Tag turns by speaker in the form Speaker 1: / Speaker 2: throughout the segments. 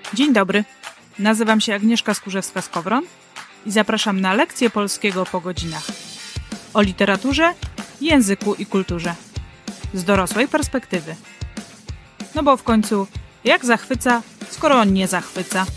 Speaker 1: Dzień dobry, nazywam się Agnieszka Skurzewska-Skowron i zapraszam na lekcję polskiego po godzinach. O literaturze, języku i kulturze. Z dorosłej perspektywy. No bo w końcu, jak zachwyca, skoro on nie zachwyca?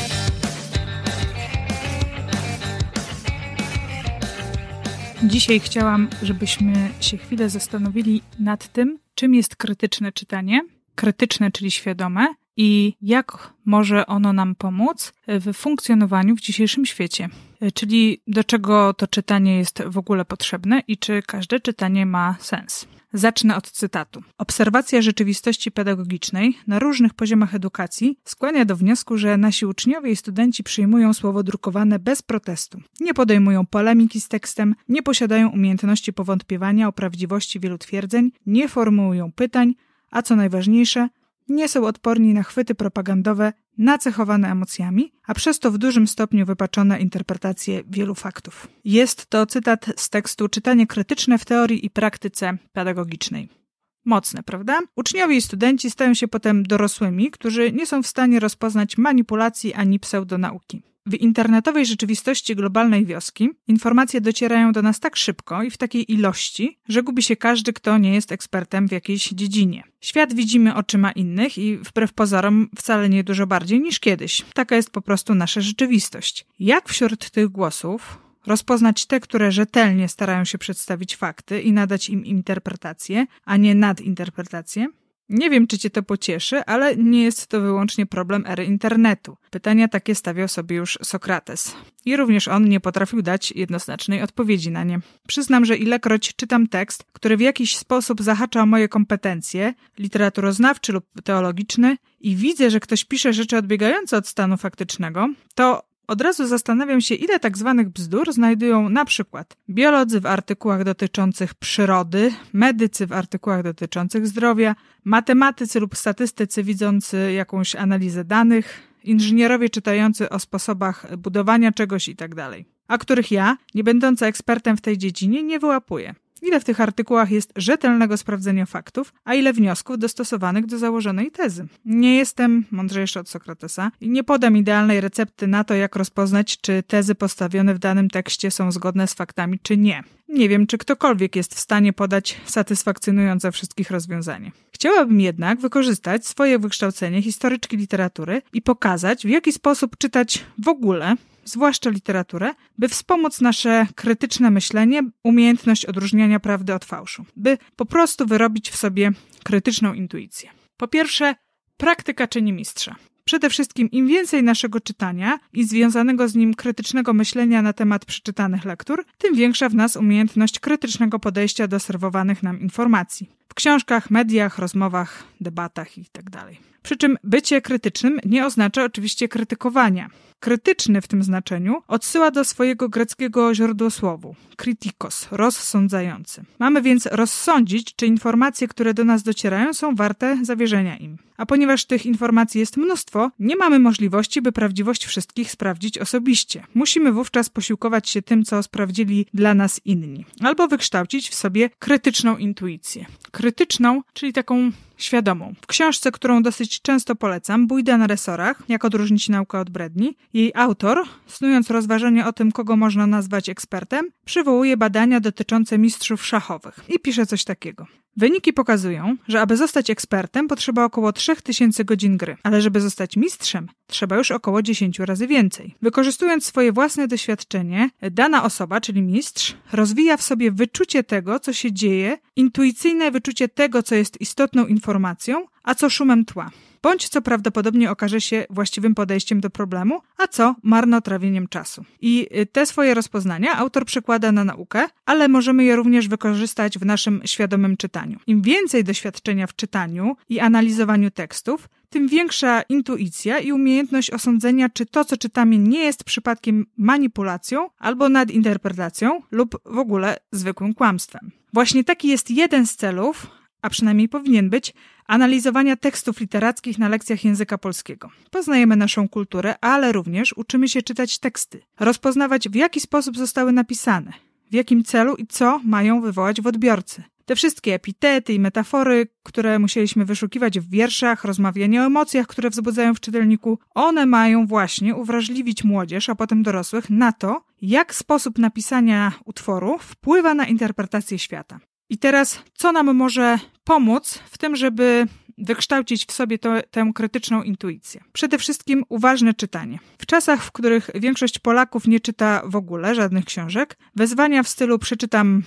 Speaker 1: Dzisiaj chciałam, żebyśmy się chwilę zastanowili nad tym, czym jest krytyczne czytanie. Krytyczne, czyli świadome, i jak może ono nam pomóc w funkcjonowaniu w dzisiejszym świecie. Czyli do czego to czytanie jest w ogóle potrzebne i czy każde czytanie ma sens. Zacznę od cytatu. Obserwacja rzeczywistości pedagogicznej na różnych poziomach edukacji skłania do wniosku, że nasi uczniowie i studenci przyjmują słowo drukowane bez protestu. Nie podejmują polemiki z tekstem, nie posiadają umiejętności powątpiewania o prawdziwości wielu twierdzeń, nie formułują pytań, a co najważniejsze, nie są odporni na chwyty propagandowe nacechowane emocjami, a przez to w dużym stopniu wypaczone interpretacje wielu faktów. Jest to cytat z tekstu Czytanie krytyczne w teorii i praktyce pedagogicznej. Mocne, prawda? Uczniowie i studenci stają się potem dorosłymi, którzy nie są w stanie rozpoznać manipulacji ani pseudonauki. W internetowej rzeczywistości globalnej wioski informacje docierają do nas tak szybko i w takiej ilości, że gubi się każdy, kto nie jest ekspertem w jakiejś dziedzinie. Świat widzimy oczyma innych i wbrew pozorom wcale nie dużo bardziej niż kiedyś. Taka jest po prostu nasza rzeczywistość. Jak wśród tych głosów rozpoznać te, które rzetelnie starają się przedstawić fakty i nadać im interpretację, a nie nadinterpretację? Nie wiem, czy cię to pocieszy, ale nie jest to wyłącznie problem ery internetu. Pytania takie stawiał sobie już Sokrates. I również on nie potrafił dać jednoznacznej odpowiedzi na nie. Przyznam, że ilekroć czytam tekst, który w jakiś sposób zahacza o moje kompetencje, literaturoznawczy lub teologiczny, i widzę, że ktoś pisze rzeczy odbiegające od stanu faktycznego, to od razu zastanawiam się, ile tak zwanych bzdur znajdują na przykład biolodzy w artykułach dotyczących przyrody, medycy w artykułach dotyczących zdrowia, matematycy lub statystycy widzący jakąś analizę danych, inżynierowie czytający o sposobach budowania czegoś itd., a których ja, nie będąca ekspertem w tej dziedzinie, nie wyłapuję. Ile w tych artykułach jest rzetelnego sprawdzenia faktów, a ile wniosków dostosowanych do założonej tezy. Nie jestem mądrzejszy od Sokratesa i nie podam idealnej recepty na to, jak rozpoznać, czy tezy postawione w danym tekście są zgodne z faktami, czy nie. Nie wiem, czy ktokolwiek jest w stanie podać satysfakcjonujące wszystkich rozwiązanie. Chciałabym jednak wykorzystać swoje wykształcenie historyczki literatury i pokazać, w jaki sposób czytać w ogóle, zwłaszcza literaturę, by wspomóc nasze krytyczne myślenie, umiejętność odróżniania prawdy od fałszu, by po prostu wyrobić w sobie krytyczną intuicję. Po pierwsze, praktyka czyni mistrza. Przede wszystkim im więcej naszego czytania i związanego z nim krytycznego myślenia na temat przeczytanych lektur, tym większa w nas umiejętność krytycznego podejścia do serwowanych nam informacji. W książkach, mediach, rozmowach, debatach itd. Przy czym bycie krytycznym nie oznacza oczywiście krytykowania. Krytyczny w tym znaczeniu odsyła do swojego greckiego źródłosłowu kritikos, rozsądzający. Mamy więc rozsądzić, czy informacje, które do nas docierają, są warte zawierzenia im. A ponieważ tych informacji jest mnóstwo, nie mamy możliwości, by prawdziwość wszystkich sprawdzić osobiście. Musimy wówczas posiłkować się tym, co sprawdzili dla nas inni. Albo wykształcić w sobie krytyczną intuicję. Krytyczną, czyli taką świadomą. W książce, którą dosyć często polecam, Bójda na resorach, jak odróżnić naukę od bredni, jej autor, snując rozważania o tym, kogo można nazwać ekspertem, przywołuje badania dotyczące mistrzów szachowych i pisze coś takiego. Wyniki pokazują, że aby zostać ekspertem, potrzeba około 3000 godzin gry, ale żeby zostać mistrzem, trzeba już około 10 razy więcej. Wykorzystując swoje własne doświadczenie, dana osoba, czyli mistrz, rozwija w sobie wyczucie tego, co się dzieje, intuicyjne wyczucie tego, co jest istotną informacją, a co szumem tła. Bądź co prawdopodobnie okaże się właściwym podejściem do problemu, a co marnotrawieniem czasu. I te swoje rozpoznania autor przekłada na naukę, ale możemy je również wykorzystać w naszym świadomym czytaniu. Im więcej doświadczenia w czytaniu i analizowaniu tekstów, tym większa intuicja i umiejętność osądzenia, czy to, co czytamy, nie jest przypadkiem manipulacją albo nadinterpretacją lub w ogóle zwykłym kłamstwem. Właśnie taki jest jeden z celów, a przynajmniej powinien być, analizowania tekstów literackich na lekcjach języka polskiego. Poznajemy naszą kulturę, ale również uczymy się czytać teksty, rozpoznawać, w jaki sposób zostały napisane, w jakim celu i co mają wywołać w odbiorcy. Te wszystkie epitety i metafory, które musieliśmy wyszukiwać w wierszach, rozmawianie o emocjach, które wzbudzają w czytelniku, one mają właśnie uwrażliwić młodzież, a potem dorosłych na to, jak sposób napisania utworu wpływa na interpretację świata. I teraz, co nam może pomóc w tym, żeby wykształcić w sobie tę krytyczną intuicję? Przede wszystkim uważne czytanie. W czasach, w których większość Polaków nie czyta w ogóle żadnych książek, wezwania w stylu przeczytam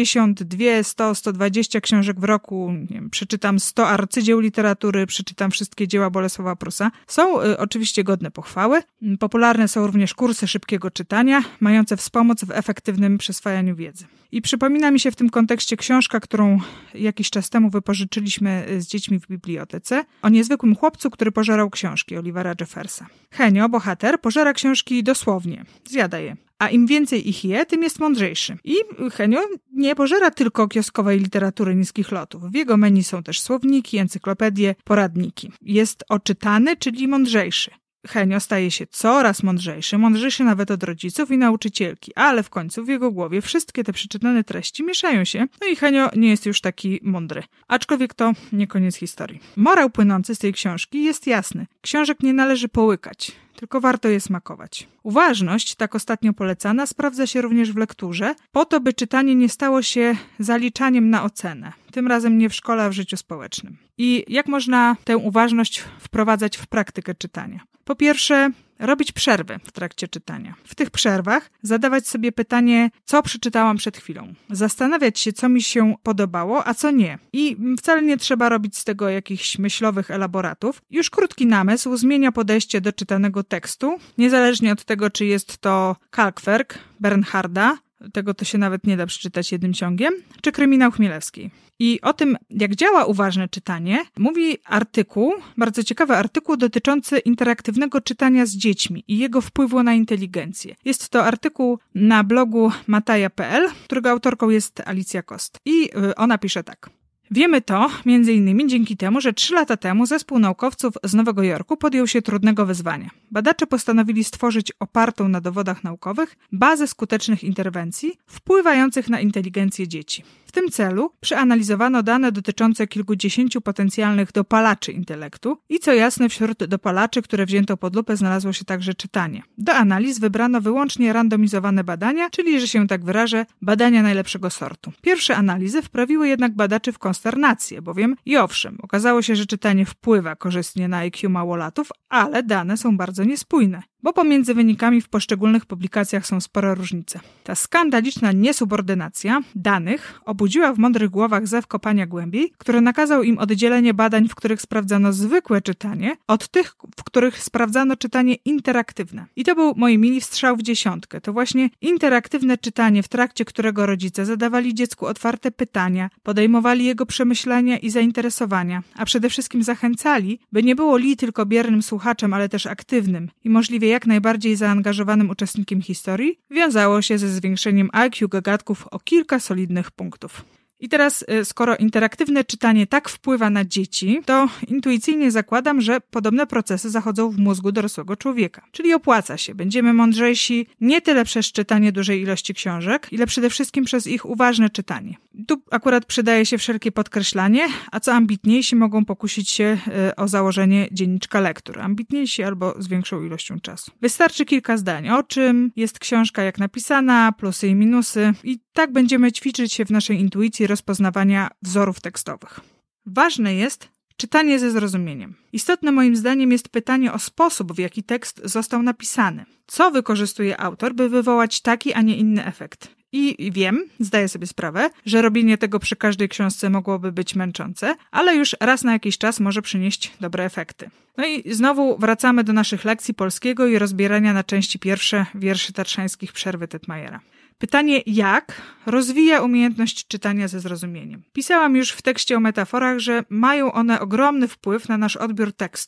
Speaker 1: 52, 100, 120 książek w roku, nie wiem, przeczytam 100 arcydzieł literatury, przeczytam wszystkie dzieła Bolesława Prusa, są oczywiście godne pochwały. Popularne są również kursy szybkiego czytania, mające wspomóc w efektywnym przyswajaniu wiedzy. I przypomina mi się w tym kontekście książka, którą jakiś czas temu wypożyczyliśmy z dziećmi w bibliotece, o niezwykłym chłopcu, który pożerał książki, Olivera Jeffersa. Henio, bohater, pożera książki dosłownie, zjada je. A im więcej ich je, tym jest mądrzejszy. I Henio nie pożera tylko kioskowej literatury niskich lotów. W jego menu są też słowniki, encyklopedie, poradniki. Jest oczytany, czyli mądrzejszy. Henio staje się coraz mądrzejszy nawet od rodziców i nauczycielki, ale w końcu w jego głowie wszystkie te przeczytane treści mieszają się, no i Henio nie jest już taki mądry. Aczkolwiek to nie koniec historii. Morał płynący z tej książki jest jasny. Książek nie należy połykać, tylko warto je smakować. Uważność, tak ostatnio polecana, sprawdza się również w lekturze, po to, by czytanie nie stało się zaliczaniem na ocenę. Tym razem nie w szkole, a w życiu społecznym. I jak można tę uważność wprowadzać w praktykę czytania? Po pierwsze, robić przerwy w trakcie czytania. W tych przerwach zadawać sobie pytanie, co przeczytałam przed chwilą. Zastanawiać się, co mi się podobało, a co nie. I wcale nie trzeba robić z tego jakichś myślowych elaboratów. Już krótki namysł zmienia podejście do czytanego tekstu, niezależnie od tego, czy jest to Kalkwerk, Bernharda, tego to się nawet nie da przeczytać jednym ciągiem, czy Kryminał Chmielewskiej. I o tym, jak działa uważne czytanie, mówi artykuł, bardzo ciekawy artykuł dotyczący interaktywnego czytania z dziećmi i jego wpływu na inteligencję. Jest to artykuł na blogu mataja.pl, którego autorką jest Alicja Kost. I ona pisze tak. Wiemy to m.in. dzięki temu, że 3 lata temu zespół naukowców z Nowego Jorku podjął się trudnego wyzwania. Badacze postanowili stworzyć opartą na dowodach naukowych bazę skutecznych interwencji wpływających na inteligencję dzieci. W tym celu przeanalizowano dane dotyczące kilkudziesięciu potencjalnych dopalaczy intelektu i co jasne wśród dopalaczy, które wzięto pod lupę, znalazło się także czytanie. Do analiz wybrano wyłącznie randomizowane badania, czyli, że się tak wyrażę, badania najlepszego sortu. Pierwsze analizy wprawiły jednak badaczy w konsternację, bowiem i owszem, okazało się, że czytanie wpływa korzystnie na IQ małolatów, ale dane są bardzo niespójne, bo pomiędzy wynikami w poszczególnych publikacjach są spore różnice. Ta skandaliczna niesubordynacja danych obudziła w mądrych głowach zew kopania głębiej, który nakazał im oddzielenie badań, w których sprawdzano zwykłe czytanie, od tych, w których sprawdzano czytanie interaktywne. I to był, moi mili, strzał w dziesiątkę. To właśnie interaktywne czytanie, w trakcie którego rodzice zadawali dziecku otwarte pytania, podejmowali jego przemyślenia i zainteresowania, a przede wszystkim zachęcali, by nie było Li tylko biernym słuchaczem, ale też aktywnym i możliwie jak najbardziej zaangażowanym uczestnikiem historii, wiązało się ze zwiększeniem IQ gagatków o kilka solidnych punktów. I teraz, skoro interaktywne czytanie tak wpływa na dzieci, to intuicyjnie zakładam, że podobne procesy zachodzą w mózgu dorosłego człowieka. Czyli opłaca się. Będziemy mądrzejsi nie tyle przez czytanie dużej ilości książek, ile przede wszystkim przez ich uważne czytanie. Tu akurat przydaje się wszelkie podkreślanie, a co ambitniejsi mogą pokusić się o założenie dzienniczka lektur. Ambitniejsi albo z większą ilością czasu. Wystarczy kilka zdań, o czym jest książka, jak napisana, plusy i minusy i tak będziemy ćwiczyć się w naszej intuicji rozpoznawania wzorów tekstowych. Ważne jest czytanie ze zrozumieniem. Istotne moim zdaniem jest pytanie o sposób, w jaki tekst został napisany. Co wykorzystuje autor, by wywołać taki, a nie inny efekt? I wiem, zdaję sobie sprawę, że robienie tego przy każdej książce mogłoby być męczące, ale już raz na jakiś czas może przynieść dobre efekty. No i znowu wracamy do naszych lekcji polskiego i rozbierania na części pierwsze wierszy tatrzańskich Przerwy Tetmajera. Pytanie jak rozwija umiejętność czytania ze zrozumieniem. Pisałam już w tekście o metaforach, że mają one ogromny wpływ na nasz odbiór tekstu.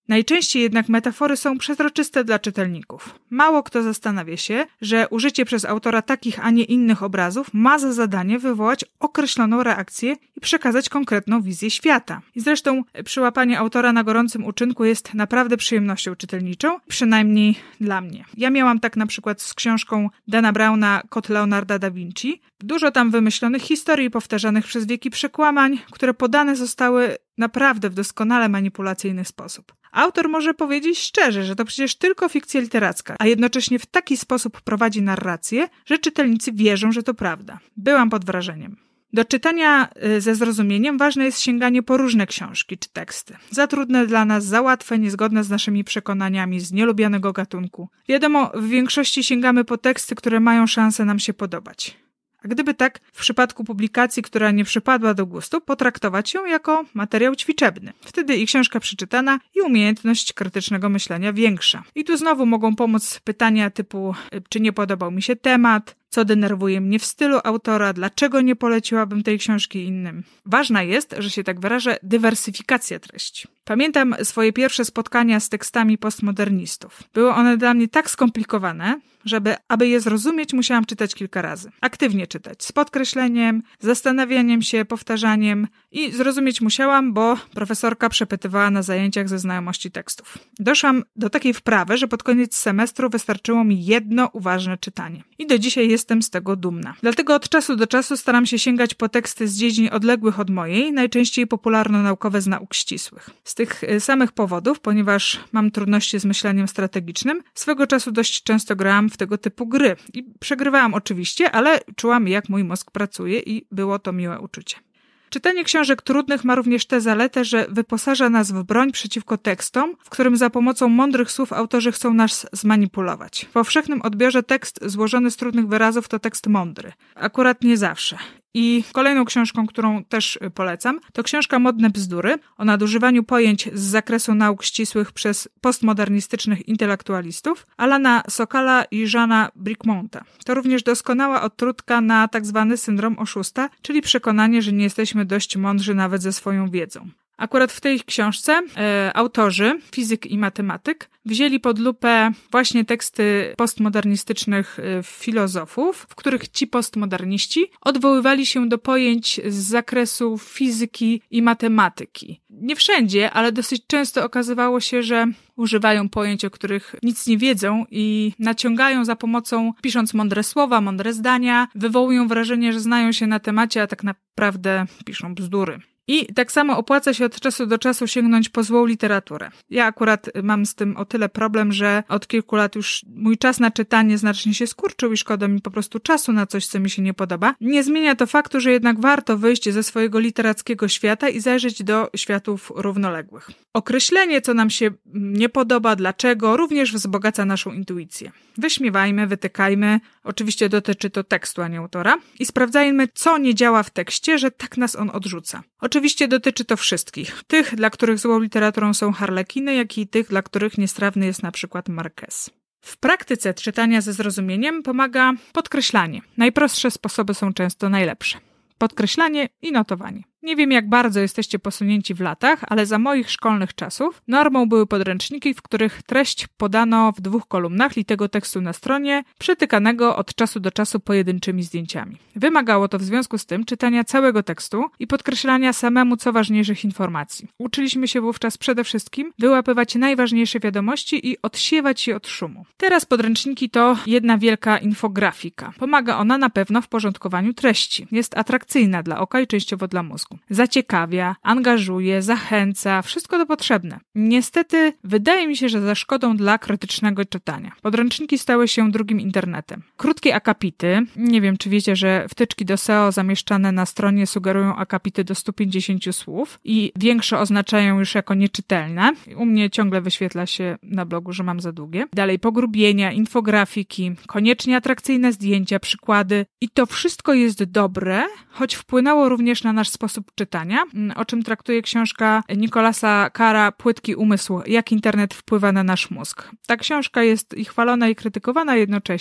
Speaker 1: Najczęściej jednak metafory są przezroczyste dla czytelników. Mało kto zastanawia się, że użycie przez autora takich, a nie innych obrazów ma za zadanie wywołać określoną reakcję i przekazać konkretną wizję świata. I zresztą przyłapanie autora na gorącym uczynku jest naprawdę przyjemnością czytelniczą, przynajmniej dla mnie. Ja miałam tak na przykład z książką Dana Browna Kod Leonarda da Vinci. Dużo tam wymyślonych historii powtarzanych przez wieki przekłamań, które podane zostały naprawdę w doskonale manipulacyjny sposób. Autor może powiedzieć szczerze, że to przecież tylko fikcja literacka, a jednocześnie w taki sposób prowadzi narrację, że czytelnicy wierzą, że to prawda. Byłam pod wrażeniem. Do czytania ze zrozumieniem ważne jest sięganie po różne książki czy teksty. Za trudne dla nas, za łatwe, niezgodne z naszymi przekonaniami, z nielubianego gatunku. Wiadomo, w większości sięgamy po teksty, które mają szansę nam się podobać. A gdyby tak, w przypadku publikacji, która nie przypadła do gustu, potraktować ją jako materiał ćwiczebny. Wtedy i książka przeczytana, i umiejętność krytycznego myślenia większa. I tu znowu mogą pomóc pytania typu, czy nie podobał mi się temat, co denerwuje mnie w stylu autora, dlaczego nie poleciłabym tej książki innym. Ważna jest, że się tak wyrażę, dywersyfikacja treści. Pamiętam swoje pierwsze spotkania z tekstami postmodernistów. Były one dla mnie tak skomplikowane, aby je zrozumieć, musiałam czytać kilka razy. Aktywnie czytać, z podkreśleniem, zastanawianiem się, powtarzaniem i zrozumieć musiałam, bo profesorka przepytywała na zajęciach ze znajomości tekstów. Doszłam do takiej wprawy, że pod koniec semestru wystarczyło mi jedno uważne czytanie. I do dzisiaj jestem z tego dumna. Dlatego od czasu do czasu staram się sięgać po teksty z dziedzin odległych od mojej, najczęściej popularno-naukowe z nauk ścisłych. Z tych samych powodów, ponieważ mam trudności z myśleniem strategicznym, swego czasu dość często grałam w tego typu gry. I przegrywałam oczywiście, ale czułam, jak mój mózg pracuje i było to miłe uczucie. Czytanie książek trudnych ma również tę zaletę, że wyposaża nas w broń przeciwko tekstom, w którym za pomocą mądrych słów autorzy chcą nas zmanipulować. W powszechnym odbiorze tekst złożony z trudnych wyrazów to tekst mądry. Akurat nie zawsze. I kolejną książką, którą też polecam, to książka Modne bzdury o nadużywaniu pojęć z zakresu nauk ścisłych przez postmodernistycznych intelektualistów Alana Sokala i Jeana Bricmonta. To również doskonała odtrutka na tzw. syndrom oszusta, czyli przekonanie, że nie jesteśmy dość mądrzy nawet ze swoją wiedzą. Akurat w tej książce autorzy, fizyk i matematyk, wzięli pod lupę właśnie teksty postmodernistycznych filozofów, w których ci postmoderniści odwoływali się do pojęć z zakresu fizyki i matematyki. Nie wszędzie, ale dosyć często okazywało się, że używają pojęć, o których nic nie wiedzą i naciągają za pomocą, pisząc mądre słowa, mądre zdania, wywołują wrażenie, że znają się na temacie, a tak naprawdę piszą bzdury. I tak samo opłaca się od czasu do czasu sięgnąć po złą literaturę. Ja akurat mam z tym o tyle problem, że od kilku lat już mój czas na czytanie znacznie się skurczył i szkoda mi po prostu czasu na coś, co mi się nie podoba. Nie zmienia to faktu, że jednak warto wyjść ze swojego literackiego świata i zajrzeć do światów równoległych. Określenie, co nam się nie podoba, dlaczego, również wzbogaca naszą intuicję. Wyśmiewajmy, wytykajmy, oczywiście dotyczy to tekstu, a nie autora, i sprawdzajmy, co nie działa w tekście, że tak nas on odrzuca. Oczywiście dotyczy to wszystkich. Tych, dla których złą literaturą są harlekiny, jak i tych, dla których niestrawny jest na przykład Marquez. W praktyce czytania ze zrozumieniem pomaga podkreślanie. Najprostsze sposoby są często najlepsze. Podkreślanie i notowanie. Nie wiem, jak bardzo jesteście posunięci w latach, ale za moich szkolnych czasów normą były podręczniki, w których treść podano w 2 kolumnach litego tekstu na stronie, przetykanego od czasu do czasu pojedynczymi zdjęciami. Wymagało to w związku z tym czytania całego tekstu i podkreślania samemu co ważniejszych informacji. Uczyliśmy się wówczas przede wszystkim wyłapywać najważniejsze wiadomości i odsiewać je od szumu. Teraz podręczniki to jedna wielka infografika. Pomaga ona na pewno w porządkowaniu treści. Jest atrakcyjna dla oka i częściowo dla mózgu. Zaciekawia, angażuje, zachęca, wszystko to potrzebne. Niestety, wydaje mi się, że za szkodą dla krytycznego czytania. Podręczniki stały się drugim internetem. Krótkie akapity, nie wiem czy wiecie, że wtyczki do SEO zamieszczane na stronie sugerują akapity do 150 słów i większe oznaczają już jako nieczytelne. U mnie ciągle wyświetla się na blogu, że mam za długie. Dalej pogrubienia, infografiki, koniecznie atrakcyjne zdjęcia, przykłady i to wszystko jest dobre, choć wpłynęło również na nasz sposób czytania, o czym traktuje książka Nicolasa Carra Płytki umysł, jak internet wpływa na nasz mózg. Ta książka jest i chwalona i krytykowana jednocześnie,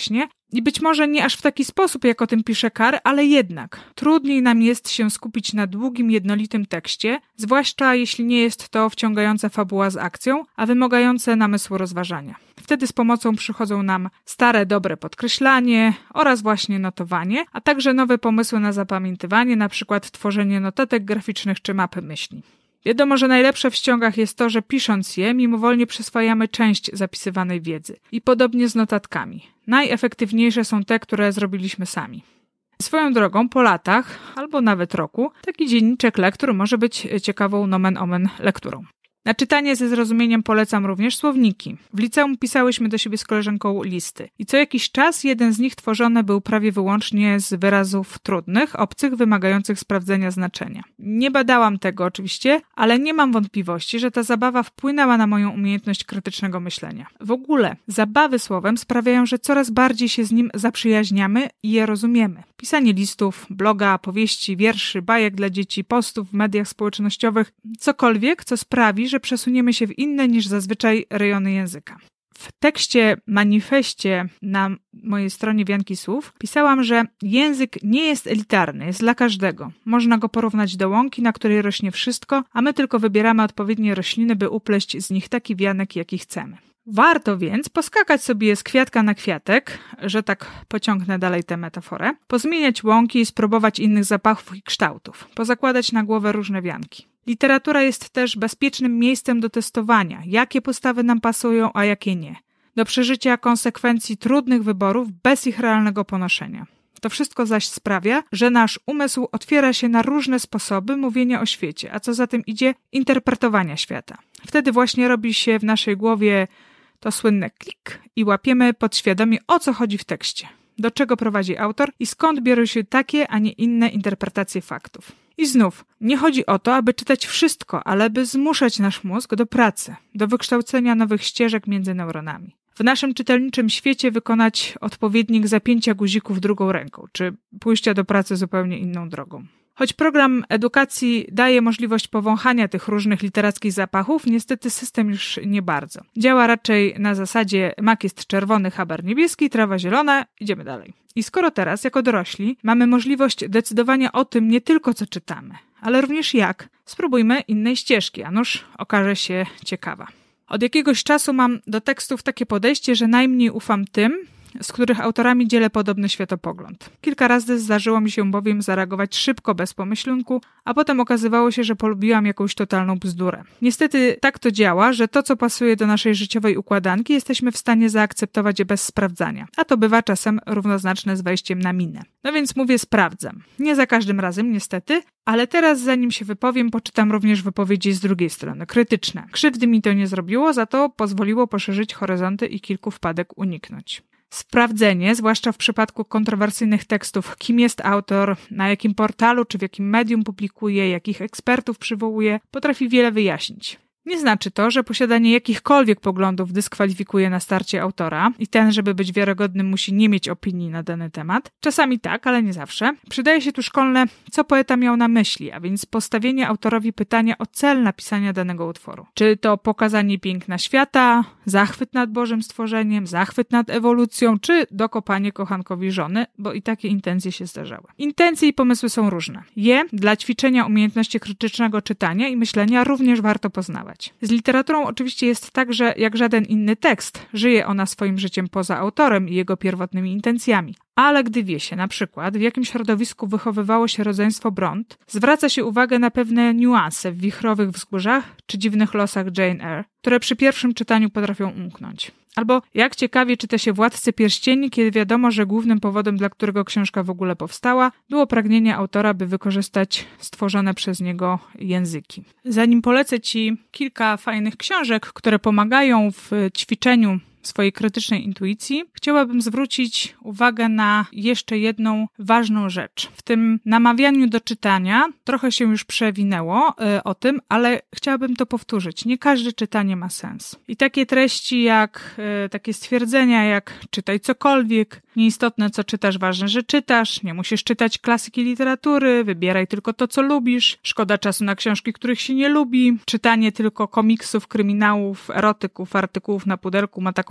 Speaker 1: I być może nie aż w taki sposób, jak o tym pisze Carr, ale jednak trudniej nam jest się skupić na długim, jednolitym tekście, zwłaszcza jeśli nie jest to wciągająca fabuła z akcją, a wymagające namysłu rozważania. Wtedy z pomocą przychodzą nam stare, dobre podkreślanie oraz właśnie notowanie, a także nowe pomysły na zapamiętywanie, np. tworzenie notatek graficznych czy mapy myśli. Wiadomo, że najlepsze w ściągach jest to, że pisząc je, mimowolnie przyswajamy część zapisywanej wiedzy. I podobnie z notatkami. Najefektywniejsze są te, które zrobiliśmy sami. Swoją drogą, po latach, albo nawet roku, taki dzienniczek lektur może być ciekawą nomen omen lekturą. Na czytanie ze zrozumieniem polecam również słowniki. W liceum pisałyśmy do siebie z koleżanką listy i co jakiś czas jeden z nich tworzony był prawie wyłącznie z wyrazów trudnych, obcych, wymagających sprawdzenia znaczenia. Nie badałam tego oczywiście, ale nie mam wątpliwości, że ta zabawa wpłynęła na moją umiejętność krytycznego myślenia. W ogóle zabawy słowem sprawiają, że coraz bardziej się z nim zaprzyjaźniamy i je rozumiemy. Pisanie listów, bloga, powieści, wierszy, bajek dla dzieci, postów w mediach społecznościowych, cokolwiek, co sprawi, że przesuniemy się w inne niż zazwyczaj rejony języka. W tekście, manifestie na mojej stronie Wianki Słów pisałam, że język nie jest elitarny, jest dla każdego. Można go porównać do łąki, na której rośnie wszystko, a my tylko wybieramy odpowiednie rośliny, by upleść z nich taki wianek, jaki chcemy. Warto więc poskakać sobie z kwiatka na kwiatek, że tak pociągnę dalej tę metaforę, pozmieniać łąki i spróbować innych zapachów i kształtów, pozakładać na głowę różne wianki. Literatura jest też bezpiecznym miejscem do testowania, jakie postawy nam pasują, a jakie nie. Do przeżycia konsekwencji trudnych wyborów bez ich realnego ponoszenia. To wszystko zaś sprawia, że nasz umysł otwiera się na różne sposoby mówienia o świecie, a co za tym idzie interpretowania świata. Wtedy właśnie robi się w naszej głowie to słynne klik i łapiemy podświadomie, o co chodzi w tekście, do czego prowadzi autor i skąd biorą się takie, a nie inne interpretacje faktów. I znów, nie chodzi o to, aby czytać wszystko, ale by zmuszać nasz mózg do pracy, do wykształcenia nowych ścieżek między neuronami. W naszym czytelniczym świecie wykonać odpowiednik zapięcia guzików drugą ręką, czy pójścia do pracy zupełnie inną drogą. Choć program edukacji daje możliwość powąchania tych różnych literackich zapachów, niestety system już nie bardzo. Działa raczej na zasadzie mak jest czerwony, haber niebieski, trawa zielona, idziemy dalej. I skoro teraz, jako dorośli, mamy możliwość decydowania o tym nie tylko co czytamy, ale również jak, spróbujmy innej ścieżki, a nuż okaże się ciekawa. Od jakiegoś czasu mam do tekstów takie podejście, że najmniej ufam tym, z których autorami dzielę podobny światopogląd. Kilka razy zdarzyło mi się bowiem zareagować szybko, bez pomyślunku, a potem okazywało się, że polubiłam jakąś totalną bzdurę. Niestety tak to działa, że to, co pasuje do naszej życiowej układanki, jesteśmy w stanie zaakceptować bez sprawdzania, a to bywa czasem równoznaczne z wejściem na minę. No więc mówię, sprawdzam. Nie za każdym razem, niestety, ale teraz, zanim się wypowiem, poczytam również wypowiedzi z drugiej strony, krytyczne. Krzywdy mi to nie zrobiło, za to pozwoliło poszerzyć horyzonty i kilku wpadek uniknąć. Sprawdzenie, zwłaszcza w przypadku kontrowersyjnych tekstów, kim jest autor, na jakim portalu czy w jakim medium publikuje, jakich ekspertów przywołuje, potrafi wiele wyjaśnić. Nie znaczy to, że posiadanie jakichkolwiek poglądów dyskwalifikuje na starcie autora i ten, żeby być wiarygodnym, musi nie mieć opinii na dany temat. Czasami tak, ale nie zawsze. Przydaje się tu szkolne, co poeta miał na myśli, a więc postawienie autorowi pytania o cel napisania danego utworu. Czy to pokazanie piękna świata, zachwyt nad Bożym stworzeniem, zachwyt nad ewolucją, czy dokopanie kochankowi żony, bo i takie intencje się zdarzały. Intencje i pomysły są różne. Je dla ćwiczenia umiejętności krytycznego czytania i myślenia również warto poznawać. Z literaturą oczywiście jest tak, że jak żaden inny tekst, żyje ona swoim życiem poza autorem i jego pierwotnymi intencjami. Ale gdy wie się, na przykład, w jakim środowisku wychowywało się rodzeństwo Bront, zwraca się uwagę na pewne niuanse w wichrowych wzgórzach czy dziwnych losach Jane Eyre, które przy pierwszym czytaniu potrafią umknąć. Albo jak ciekawie czyta się Władcy Pierścieni, kiedy wiadomo, że głównym powodem, dla którego książka w ogóle powstała, było pragnienie autora, by wykorzystać stworzone przez niego języki. Zanim polecę Ci kilka fajnych książek, które pomagają w ćwiczeniu swojej krytycznej intuicji, chciałabym zwrócić uwagę na jeszcze jedną ważną rzecz. W tym namawianiu do czytania trochę się już przewinęło o tym, ale chciałabym to powtórzyć. Nie każde czytanie ma sens. I takie treści jak, takie stwierdzenia jak czytaj cokolwiek, nieistotne co czytasz, ważne, że czytasz, nie musisz czytać klasyki literatury, wybieraj tylko to, co lubisz, szkoda czasu na książki, których się nie lubi, czytanie tylko komiksów, kryminałów, erotyków, artykułów na puderku ma taką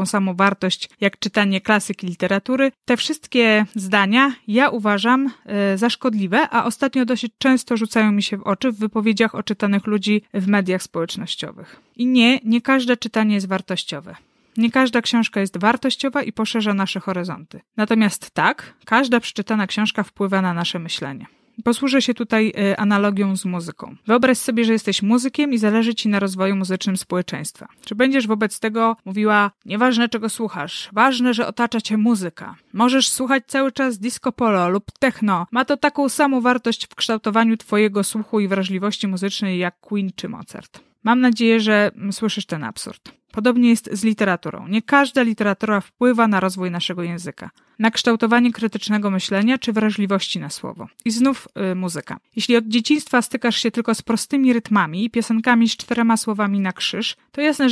Speaker 1: taką samą wartość jak czytanie klasyki literatury. Te wszystkie zdania ja uważam za szkodliwe, a ostatnio dosyć często rzucają mi się w oczy w wypowiedziach oczytanych ludzi w mediach społecznościowych. I nie każde czytanie jest wartościowe. Nie każda książka jest wartościowa i poszerza nasze horyzonty. Natomiast tak, każda przeczytana książka wpływa na nasze myślenie. Posłużę się tutaj analogią z muzyką. Wyobraź sobie, że jesteś muzykiem i zależy ci na rozwoju muzycznym społeczeństwa. Czy będziesz wobec tego mówiła, nieważne czego słuchasz, ważne, że otacza cię muzyka. Możesz słuchać cały czas disco polo lub techno. Ma to taką samą wartość w kształtowaniu twojego słuchu i wrażliwości muzycznej jak Queen czy Mozart. Mam nadzieję, że słyszysz ten absurd. Podobnie jest z literaturą. Nie każda literatura wpływa na rozwój naszego języka, na kształtowanie krytycznego myślenia czy wrażliwości na słowo. I znów muzyka. Jeśli od dzieciństwa stykasz się tylko z prostymi rytmami i piosenkami z 4 słowami na krzyż, to jasne,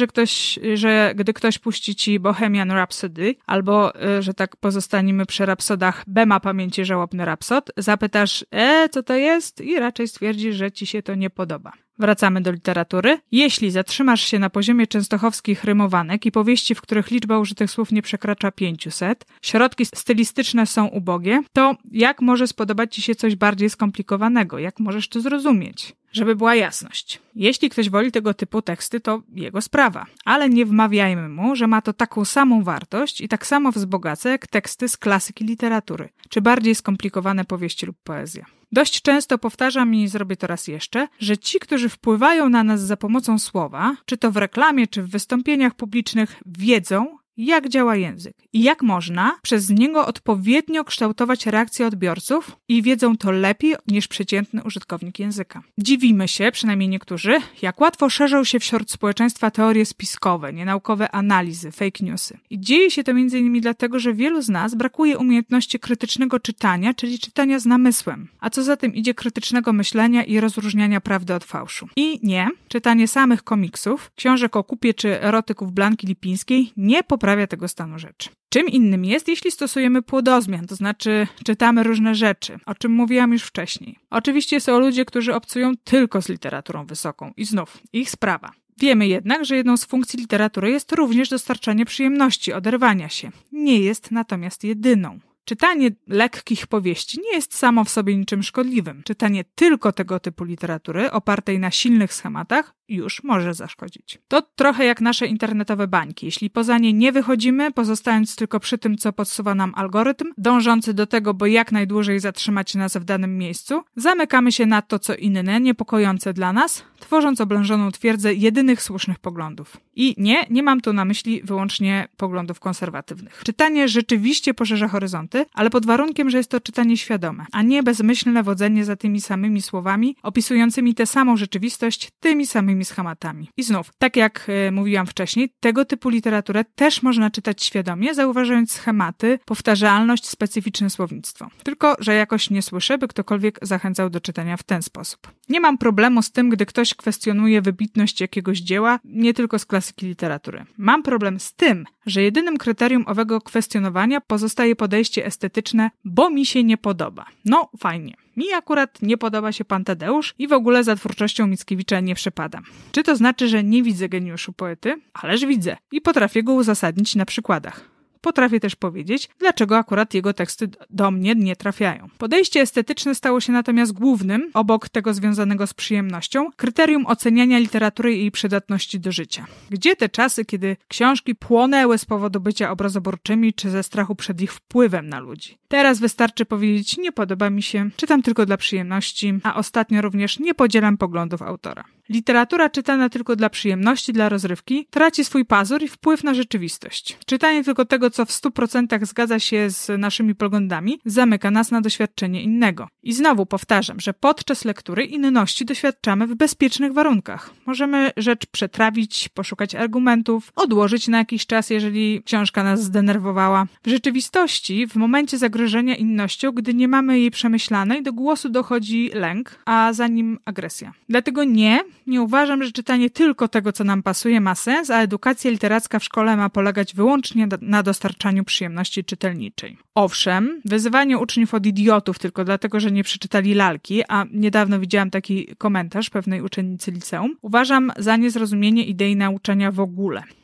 Speaker 1: że gdy ktoś puści ci Bohemian Rhapsody, albo, że tak pozostaniemy przy rapsodach, B ma pamięci żałobny rapsod, zapytasz, co to jest? I raczej stwierdzisz, że ci się to nie podoba. Wracamy do literatury. Jeśli zatrzymasz się na poziomie częstochowskich rymowanek i powieści, w których liczba użytych słów nie przekracza 500, środki stylistyczne są ubogie, to jak może spodobać ci się coś bardziej skomplikowanego? Jak możesz to zrozumieć? Żeby była jasność. Jeśli ktoś woli tego typu teksty, to jego sprawa. Ale nie wmawiajmy mu, że ma to taką samą wartość i tak samo wzbogaca jak teksty z klasyki literatury, czy bardziej skomplikowane powieści lub poezja. Dość często powtarzam i zrobię to raz jeszcze, że ci, którzy wpływają na nas za pomocą słowa, czy to w reklamie, czy w wystąpieniach publicznych, wiedzą, jak działa język i jak można przez niego odpowiednio kształtować reakcje odbiorców i wiedzą to lepiej niż przeciętny użytkownik języka. Dziwimy się, przynajmniej niektórzy, jak łatwo szerzą się wśród społeczeństwa teorie spiskowe, nienaukowe analizy, fake newsy. I dzieje się to m.in. dlatego, że wielu z nas brakuje umiejętności krytycznego czytania, czyli czytania z namysłem, a co za tym idzie krytycznego myślenia i rozróżniania prawdy od fałszu. I nie, czytanie samych komiksów, książek o kupie czy erotyków Blanki Lipińskiej nie poprawia tego stanu rzeczy. Czym innym jest, jeśli stosujemy płodozmian, to znaczy czytamy różne rzeczy, o czym mówiłam już wcześniej. Oczywiście są ludzie, którzy obcują tylko z literaturą wysoką i znów, ich sprawa. Wiemy jednak, że jedną z funkcji literatury jest również dostarczanie przyjemności, oderwania się. Nie jest natomiast jedyną. Czytanie lekkich powieści nie jest samo w sobie niczym szkodliwym. Czytanie tylko tego typu literatury, opartej na silnych schematach, już może zaszkodzić. To trochę jak nasze internetowe bańki. Jeśli poza nie nie wychodzimy, pozostając tylko przy tym, co podsuwa nam algorytm, dążący do tego, by jak najdłużej zatrzymać nas w danym miejscu, zamykamy się na to, co inne, niepokojące dla nas, tworząc oblężoną twierdzę jedynych słusznych poglądów. I nie mam tu na myśli wyłącznie poglądów konserwatywnych. Czytanie rzeczywiście poszerza horyzonty, ale pod warunkiem, że jest to czytanie świadome, a nie bezmyślne wodzenie za tymi samymi słowami, opisującymi tę samą rzeczywistość, tymi samymi schematami. I znów, tak jak mówiłam wcześniej, tego typu literaturę też można czytać świadomie, zauważając schematy, powtarzalność, specyficzne słownictwo. Tylko, że jakoś nie słyszę, by ktokolwiek zachęcał do czytania w ten sposób. Nie mam problemu z tym, gdy ktoś kwestionuje wybitność jakiegoś dzieła, nie tylko z klasyki literatury. Mam problem z tym, że jedynym kryterium owego kwestionowania pozostaje podejście estetyczne, bo mi się nie podoba. No, fajnie. Mi akurat nie podoba się Pan Tadeusz i w ogóle za twórczością Mickiewicza nie przepadam. Czy to znaczy, że nie widzę geniuszu poety? Ależ widzę i potrafię go uzasadnić na przykładach. Potrafię też powiedzieć, dlaczego akurat jego teksty do mnie nie trafiają. Podejście estetyczne stało się natomiast głównym, obok tego związanego z przyjemnością, kryterium oceniania literatury i jej przydatności do życia. Gdzie te czasy, kiedy książki płonęły z powodu bycia obrazoborczymi czy ze strachu przed ich wpływem na ludzi? Teraz wystarczy powiedzieć, nie podoba mi się, czytam tylko dla przyjemności, a ostatnio również nie podzielam poglądów autora. Literatura czytana tylko dla przyjemności, dla rozrywki, traci swój pazur i wpływ na rzeczywistość. Czytanie tylko tego, co w 100% zgadza się z naszymi poglądami, zamyka nas na doświadczenie innego. I znowu powtarzam, że podczas lektury inności doświadczamy w bezpiecznych warunkach. Możemy rzecz przetrawić, poszukać argumentów, odłożyć na jakiś czas, jeżeli książka nas zdenerwowała. W rzeczywistości, w momencie zagrożenia innością, gdy nie mamy jej przemyślanej, do głosu dochodzi lęk, a za nim agresja. Dlatego nie uważam, że czytanie tylko tego, co nam pasuje, ma sens, a edukacja literacka w szkole ma polegać wyłącznie na dostarczaniu przyjemności czytelniczej. Owszem, wyzywanie uczniów od idiotów tylko dlatego, że nie przeczytali lalki, a niedawno widziałam taki komentarz pewnej uczennicy liceum, uważam za niezrozumienie idei nauczania w ogóle.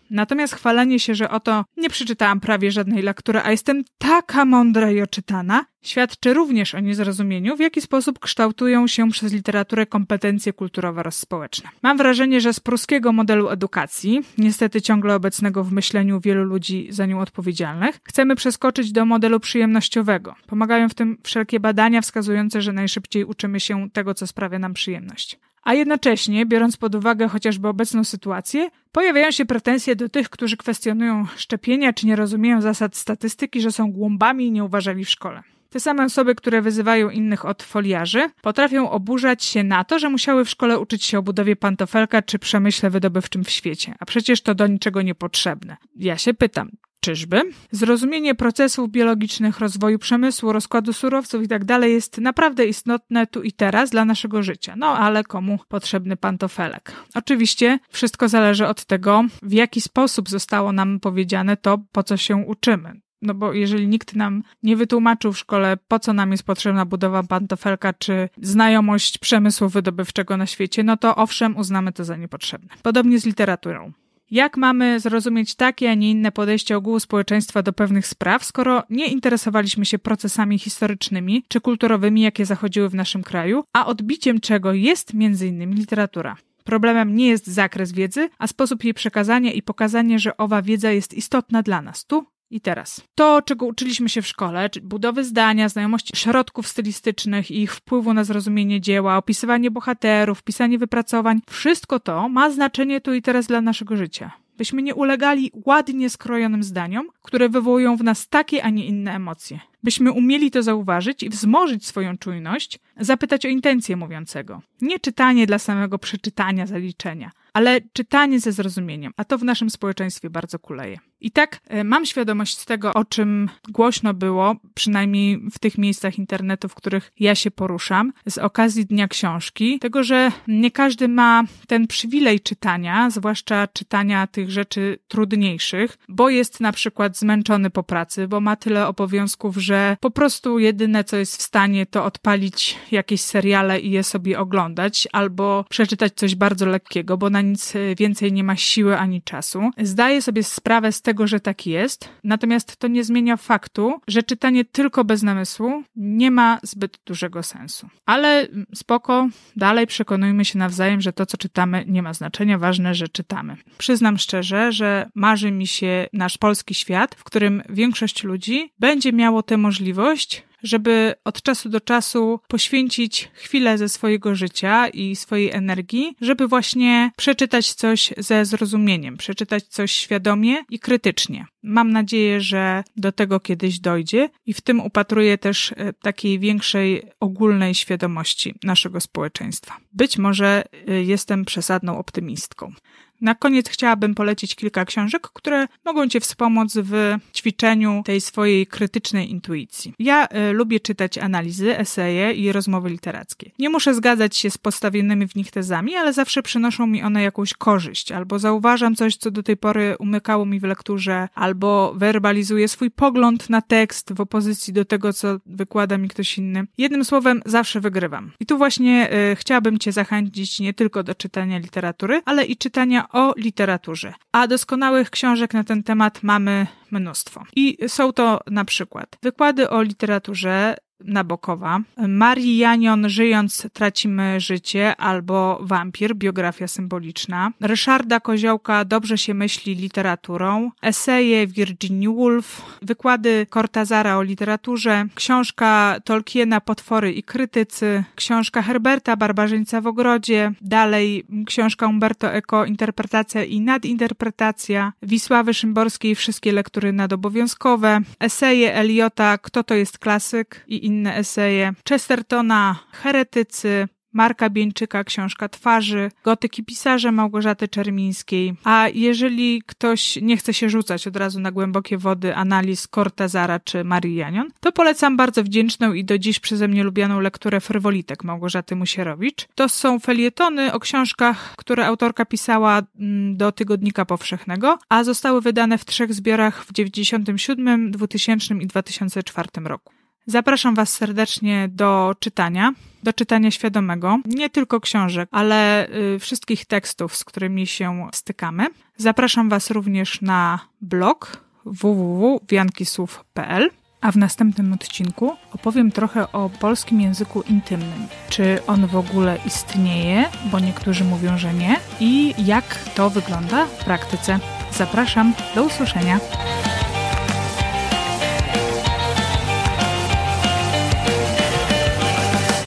Speaker 1: Natomiast chwalenie się, że oto nie przeczytałam prawie żadnej lektury, a jestem taka mądra i oczytana, świadczy również o niezrozumieniu, w jaki sposób kształtują się przez literaturę kompetencje kulturowe oraz społeczne. Mam wrażenie, że z pruskiego modelu edukacji, niestety ciągle obecnego w myśleniu wielu ludzi za nią odpowiedzialnych, chcemy przeskoczyć do modelu przyjemnościowego. Pomagają w tym wszelkie badania wskazujące, że najszybciej uczymy się tego, co sprawia nam przyjemność. A jednocześnie, biorąc pod uwagę chociażby obecną sytuację, pojawiają się pretensje do tych, którzy kwestionują szczepienia czy nie rozumieją zasad statystyki, że są głąbami i nie uważali w szkole. Te same osoby, które wyzywają innych od foliarzy, potrafią oburzać się na to, że musiały w szkole uczyć się o budowie pantofelka czy przemyśle wydobywczym w świecie, a przecież to do niczego niepotrzebne. Ja się pytam, czyżby? Zrozumienie procesów biologicznych, rozwoju przemysłu, rozkładu surowców itd. jest naprawdę istotne tu i teraz dla naszego życia. No ale komu potrzebny pantofelek? Oczywiście wszystko zależy od tego, w jaki sposób zostało nam powiedziane to, po co się uczymy. No bo jeżeli nikt nam nie wytłumaczył w szkole, po co nam jest potrzebna budowa pantofelka czy znajomość przemysłu wydobywczego na świecie, no to owszem, uznamy to za niepotrzebne. Podobnie z literaturą. Jak mamy zrozumieć takie, a nie inne podejście ogółu społeczeństwa do pewnych spraw, skoro nie interesowaliśmy się procesami historycznymi czy kulturowymi, jakie zachodziły w naszym kraju, a odbiciem czego jest m.in. literatura? Problemem nie jest zakres wiedzy, a sposób jej przekazania i pokazanie, że owa wiedza jest istotna dla nas tu i teraz. To, czego uczyliśmy się w szkole, czyli budowy zdania, znajomości środków stylistycznych i ich wpływu na zrozumienie dzieła, opisywanie bohaterów, pisanie wypracowań, wszystko to ma znaczenie tu i teraz dla naszego życia. Byśmy nie ulegali ładnie skrojonym zdaniom, które wywołują w nas takie, a nie inne emocje. Byśmy umieli to zauważyć i wzmożyć swoją czujność, zapytać o intencję mówiącego. Nie czytanie dla samego przeczytania, zaliczenia, ale czytanie ze zrozumieniem, a to w naszym społeczeństwie bardzo kuleje. I tak mam świadomość tego, o czym głośno było, przynajmniej w tych miejscach internetu, w których ja się poruszam, z okazji Dnia Książki, tego, że nie każdy ma ten przywilej czytania, zwłaszcza czytania tych rzeczy trudniejszych, bo jest na przykład zmęczony po pracy, bo ma tyle obowiązków, że po prostu jedyne, co jest w stanie, to odpalić jakieś seriale i je sobie oglądać, albo przeczytać coś bardzo lekkiego, bo na nic więcej nie ma siły ani czasu. Zdaję sobie sprawę z tego, że tak jest, natomiast to nie zmienia faktu, że czytanie tylko bez namysłu nie ma zbyt dużego sensu. Ale spoko, dalej przekonujmy się nawzajem, że to, co czytamy, nie ma znaczenia, ważne, że czytamy. Przyznam szczerze, że marzy mi się nasz polski świat, w którym większość ludzi będzie miało tę możliwość, żeby od czasu do czasu poświęcić chwilę ze swojego życia i swojej energii, żeby właśnie przeczytać coś ze zrozumieniem, przeczytać coś świadomie i krytycznie. Mam nadzieję, że do tego kiedyś dojdzie i w tym upatruję też takiej większej ogólnej świadomości naszego społeczeństwa. Być może jestem przesadną optymistką. Na koniec chciałabym polecić kilka książek, które mogą Cię wspomóc w ćwiczeniu tej swojej krytycznej intuicji. Ja lubię czytać analizy, eseje i rozmowy literackie. Nie muszę zgadzać się z postawionymi w nich tezami, ale zawsze przynoszą mi one jakąś korzyść, albo zauważam coś, co do tej pory umykało mi w lekturze, albo werbalizuję swój pogląd na tekst w opozycji do tego, co wykłada mi ktoś inny. Jednym słowem, zawsze wygrywam. I tu właśnie chciałabym Cię zachęcić nie tylko do czytania literatury, ale i czytania o literaturze. A doskonałych książek na ten temat mamy mnóstwo. I są to na przykład wykłady o literaturze Nabokowa, Marii Janion Żyjąc tracimy życie albo Wampir, biografia symboliczna, Ryszarda Koziołka Dobrze się myśli literaturą, eseje Virginia Woolf, wykłady Cortazara o literaturze, książka Tolkiena Potwory i krytycy, książka Herberta Barbarzyńca w ogrodzie, dalej książka Umberto Eco Interpretacja i nadinterpretacja, Wisławy Szymborskiej Wszystkie lektury nadobowiązkowe, eseje Eliota Kto to jest klasyk i inne eseje, Chestertona Heretycy, Marka Bieńczyka Książka twarzy, Gotyki pisarze Małgorzaty Czermińskiej. A jeżeli ktoś nie chce się rzucać od razu na głębokie wody analiz Cortazara czy Marii Janion, to polecam bardzo wdzięczną i do dziś przeze mnie lubianą lekturę Frywolitek Małgorzaty Musierowicz. To są felietony o książkach, które autorka pisała do Tygodnika Powszechnego, a zostały wydane w 3 zbiorach w 1997, 2000 i 2004 roku. Zapraszam Was serdecznie do czytania świadomego, nie tylko książek, ale wszystkich tekstów, z którymi się stykamy. Zapraszam Was również na blog www.wiankisłów.pl, a w następnym odcinku opowiem trochę o polskim języku intymnym. Czy on w ogóle istnieje, bo niektórzy mówią, że nie, i jak to wygląda w praktyce. Zapraszam, do usłyszenia.